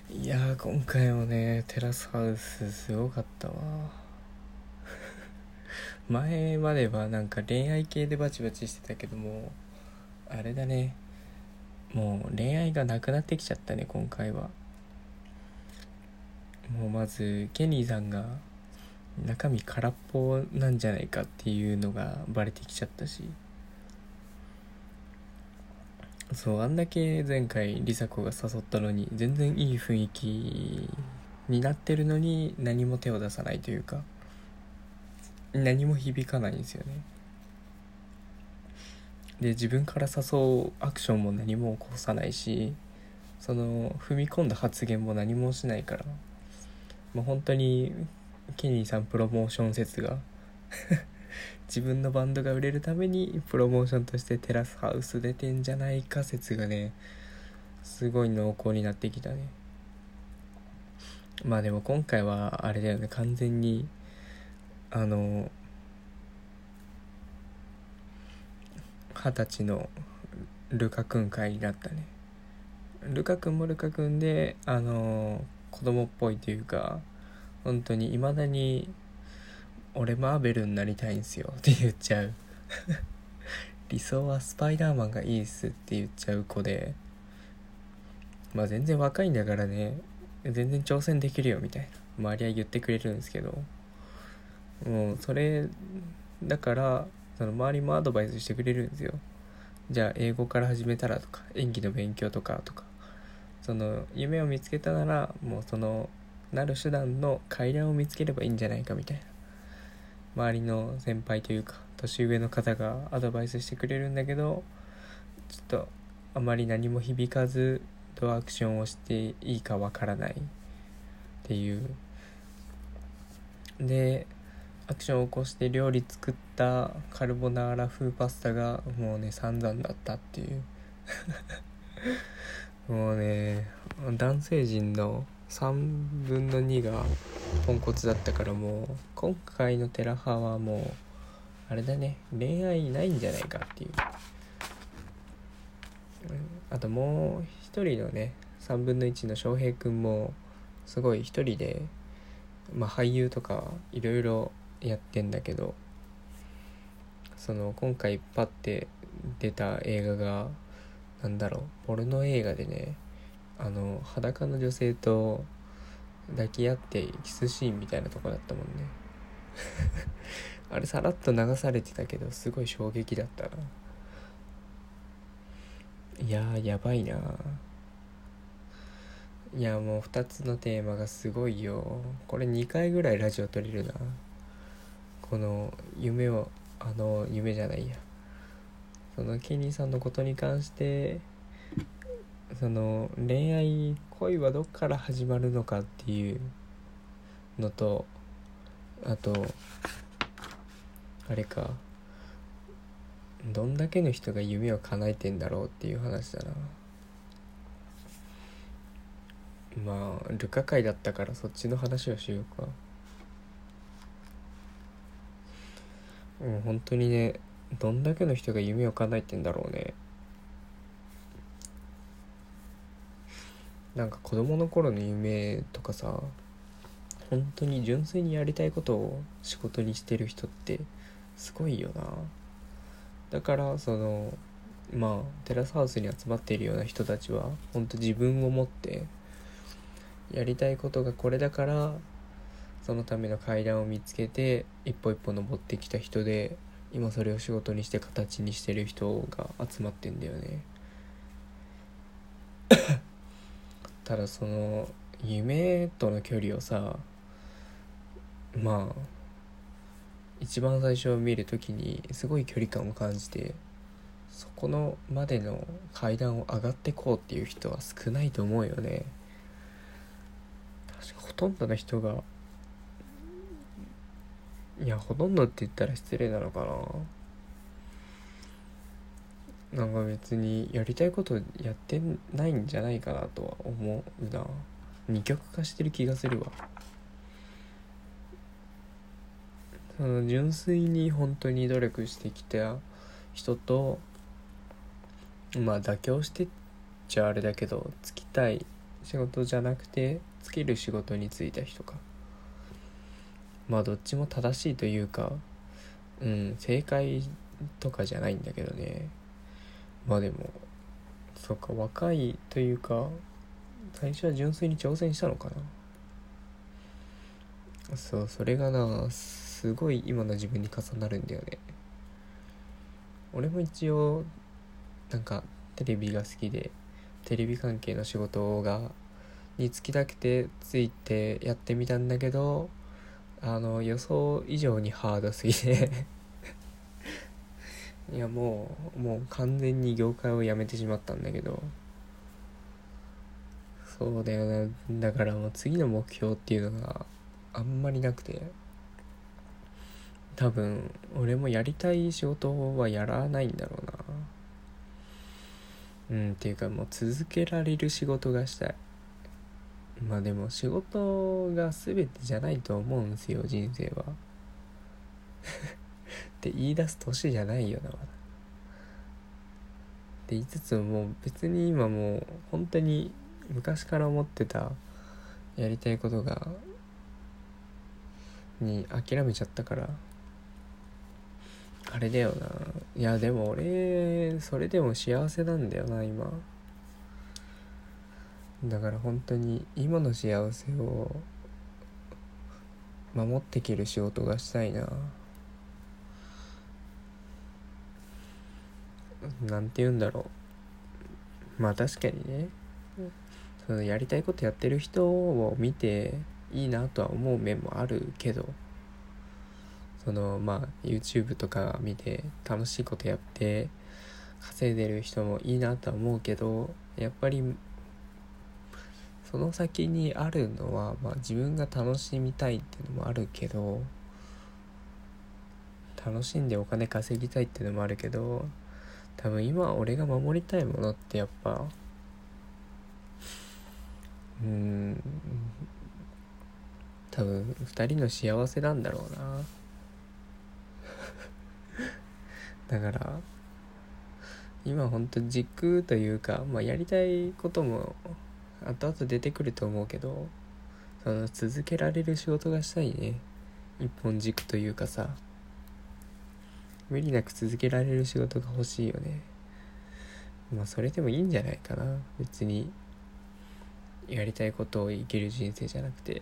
いやー、今回もねテラスハウスすごかったわ。前まではなんか恋愛系でバチバチしてたけども、あれだね、もう恋愛がなくなってきちゃったね今回は。もうまずケニーさんが中身空っぽなんじゃないかっていうのがバレてきちゃったし、そうあんだけ前回梨紗子が誘ったのに全然いい雰囲気になってるのに何も手を出さないというか、何も響かないんですよね。で自分から誘うアクションも何も起こさないし、その踏み込んだ発言も何もしないから、もう本当にケニーさんプロモーション説が自分のバンドが売れるためにプロモーションとしてテラスハウス出てんじゃないか説がね、すごい濃厚になってきたね。まあでも今回はあれだよね、完全にあの20歳のルカ君会になったね。ルカ君もルカ君で子供っぽいというか、本当に未だに俺マーベルになりたいんすよって言っちゃう。理想はスパイダーマンがいいっすって言っちゃう子で、まあ全然若いんだからね、全然挑戦できるよみたいな周りは言ってくれるんですけど、もうそれだからその周りもアドバイスしてくれるんですよ。じゃあ英語から始めたらとか、演技の勉強とかその夢を見つけたならもうそのなる手段の階段を見つければいいんじゃないかみたいな、周りの先輩というか年上の方がアドバイスしてくれるんだけど、ちょっとあまり何も響かず、どうアクションをしていいかわからないっていう。でアクションを起こして料理作ったカルボナーラ風パスタがもうね散々だったっていう。もうね、男性陣の3分の2がポンコツだったから、もう今回のテラハはもうあれだね、恋愛ないんじゃないかっていう。あともう一人のね3分の1の翔平くんもすごい一人で、まあ俳優とかいろいろやってんだけど、その今回パッて出た映画がなんだろう、ポルノ映画でね、裸の女性と抱き合ってキスシーンみたいなとこだったもんね。あれさらっと流されてたけどすごい衝撃だったな。いやーやばいな。いやもう2つのテーマがすごいよ。これ2回ぐらいラジオ撮れるな。この夢を、夢じゃないや、そのケニーさんのことに関して、その恋愛恋はどっから始まるのかっていうのと、あとあれか、どんだけの人が夢を叶えてんだろうっていう話だな。まあルカ会だったからそっちの話をしようか。もう本当にね、どんだけの人が夢を叶えてんだろうね。なんか子供の頃の夢とかさ、本当に純粋にやりたいことを仕事にしてる人ってすごいよな。だからそのまあテラスハウスに集まっているような人たちは本当自分を持ってやりたいことがこれだから、そのための階段を見つけて一歩一歩登ってきた人で、今それを仕事にして形にしてる人が集まってんだよね。ただその夢との距離をさ、まあ一番最初見るときにすごい距離感を感じて、そこのまでの階段を上がってこうっていう人は少ないと思うよね。確かほとんどの人が、いやほとんどって言ったら失礼なのかな、なんか別にやりたいことやってないんじゃないかなとは思うな。二極化してる気がするわ。その純粋に本当に努力してきた人と、まあ妥協してっちゃあれだけどつきたい仕事じゃなくてつける仕事に就いた人か。まあどっちも正しいというか、正解とかじゃないんだけどね。まあでもそっか、若いというか最初は純粋に挑戦したのかな。そう、それがな、すごい今の自分に重なるんだよね。俺も一応なんかテレビが好きで、テレビ関係の仕事に就きたくてついてやってみたんだけど、予想以上にハードすぎていやもう完全に業界を辞めてしまったんだけど。そうだよな。だからもう次の目標っていうのがあんまりなくて、多分俺もやりたい仕事はやらないんだろうな。っていうかもう続けられる仕事がしたい。まあでも仕事が全てじゃないと思うんですよ、人生はって言い出す年じゃないよな、まだ。って言いつつもう別に今もう本当に昔から思ってたやりたいことに諦めちゃったから、あれだよな。いやでも俺それでも幸せなんだよな今。だから本当に今の幸せを守っていける仕事がしたいな。なんて言うんだろう。まあ確かにね、そのやりたいことやってる人を見ていいなとは思う面もあるけど、YouTube とか見て楽しいことやって稼いでる人もいいなとは思うけど、やっぱりその先にあるのは、自分が楽しみたいっていうのもあるけど、楽しんでお金稼ぎたいっていうのもあるけど、多分今俺が守りたいものってやっぱ多分2人の幸せなんだろうなだから今ほんと軸というか、やりたいことも後々出てくると思うけど、その続けられる仕事がしたいね。一本軸というかさ、無理なく続けられる仕事が欲しいよね。それでもいいんじゃないかな。別にやりたいことを生きる人生じゃなくて、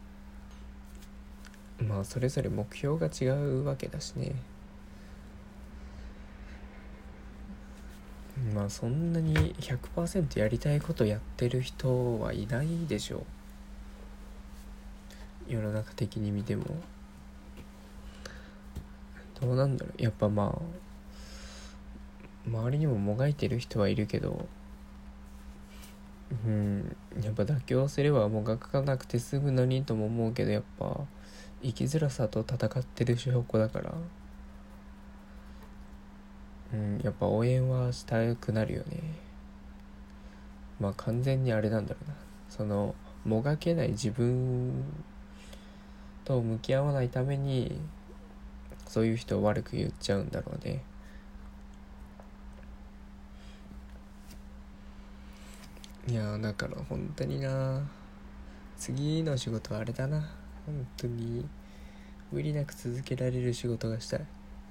それぞれ目標が違うわけだしね。そんなに 100% やりたいことやってる人はいないでしょう、世の中的に見ても。どうなんだろう。やっぱ周りにももがいてる人はいるけど、やっぱ妥協すればもがかなくて済むのにとも思うけど、やっぱ生きづらさと戦ってる証拠だから、やっぱ応援はしたくなるよね。完全にあれなんだろうな、そのもがけない自分と向き合わないためにそういう人を悪く言っちゃうんだろうね。いやだから本当にな、次の仕事はあれだな、本当に無理なく続けられる仕事がしたい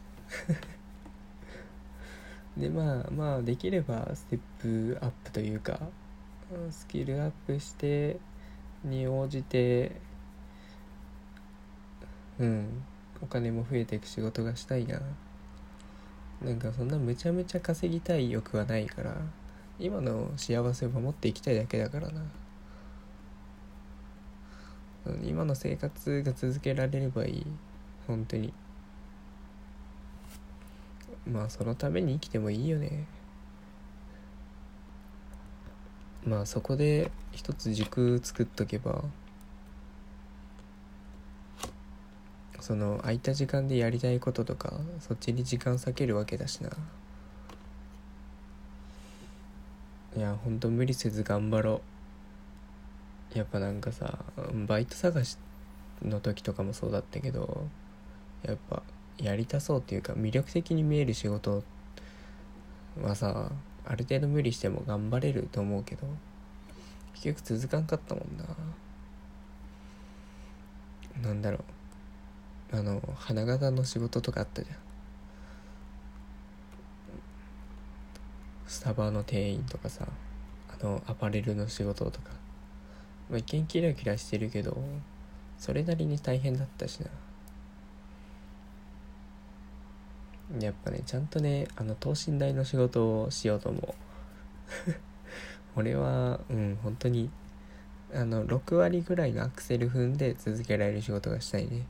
でできればステップアップというか、スキルアップしてに応じてお金も増えていく仕事がしたいな。なんかそんなめちゃめちゃ稼ぎたい欲はないから、今の幸せを守っていきたいだけだからな。今の生活が続けられればいい、本当に。そのために生きてもいいよね。そこで一つ軸作っとけば、その空いた時間でやりたいこととかそっちに時間割けるわけだしな。いやほんと無理せず頑張ろう。やっぱなんかさ、バイト探しの時とかもそうだったけど、やっぱやりたそうっていうか魅力的に見える仕事はさ、ある程度無理しても頑張れると思うけど、 結局続かんかったもんな。なんだろう、花形の仕事とかあったじゃん。スタバの店員とかさ、アパレルの仕事とか、一見キラキラしてるけどそれなりに大変だったしな。やっぱね、ちゃんとね、等身大の仕事をしようと思う。俺は本当に6割ぐらいのアクセル踏んで続けられる仕事がしたいね。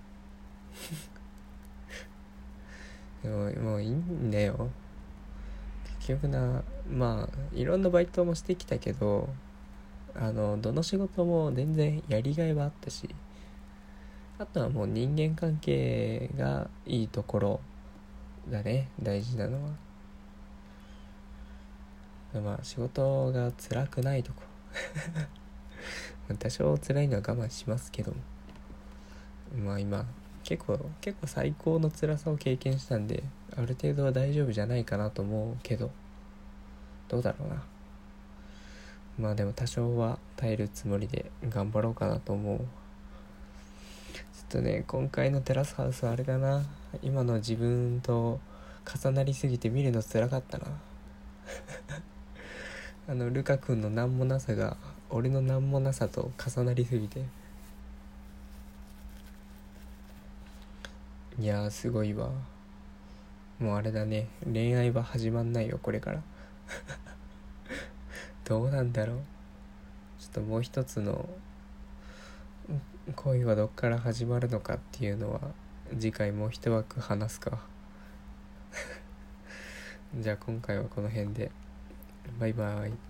でもういいんだよ結局な。まあいろんなバイトもしてきたけど、どの仕事も全然やりがいはあったし、あとはもう人間関係がいいところだね、大事なのは。まあ仕事が辛くないとこ多少辛いのは我慢しますけども、まあ今結構最高の辛さを経験したんで、ある程度は大丈夫じゃないかなと思うけど、どうだろうな。まあでも多少は耐えるつもりで頑張ろうかなと思う。ちょっとね、今回のテラスハウスはあれだな、今の自分と重なりすぎて見るの辛かったな。ルカ君のなんもなさが俺のなんもなさと重なりすぎて、いやーすごいわ。もうあれだね、恋愛は始まんないよこれからどうなんだろう。ちょっともう一つの恋はどっから始まるのかっていうのは次回もう一枠話すか。じゃあ今回はこの辺で、バイバイ。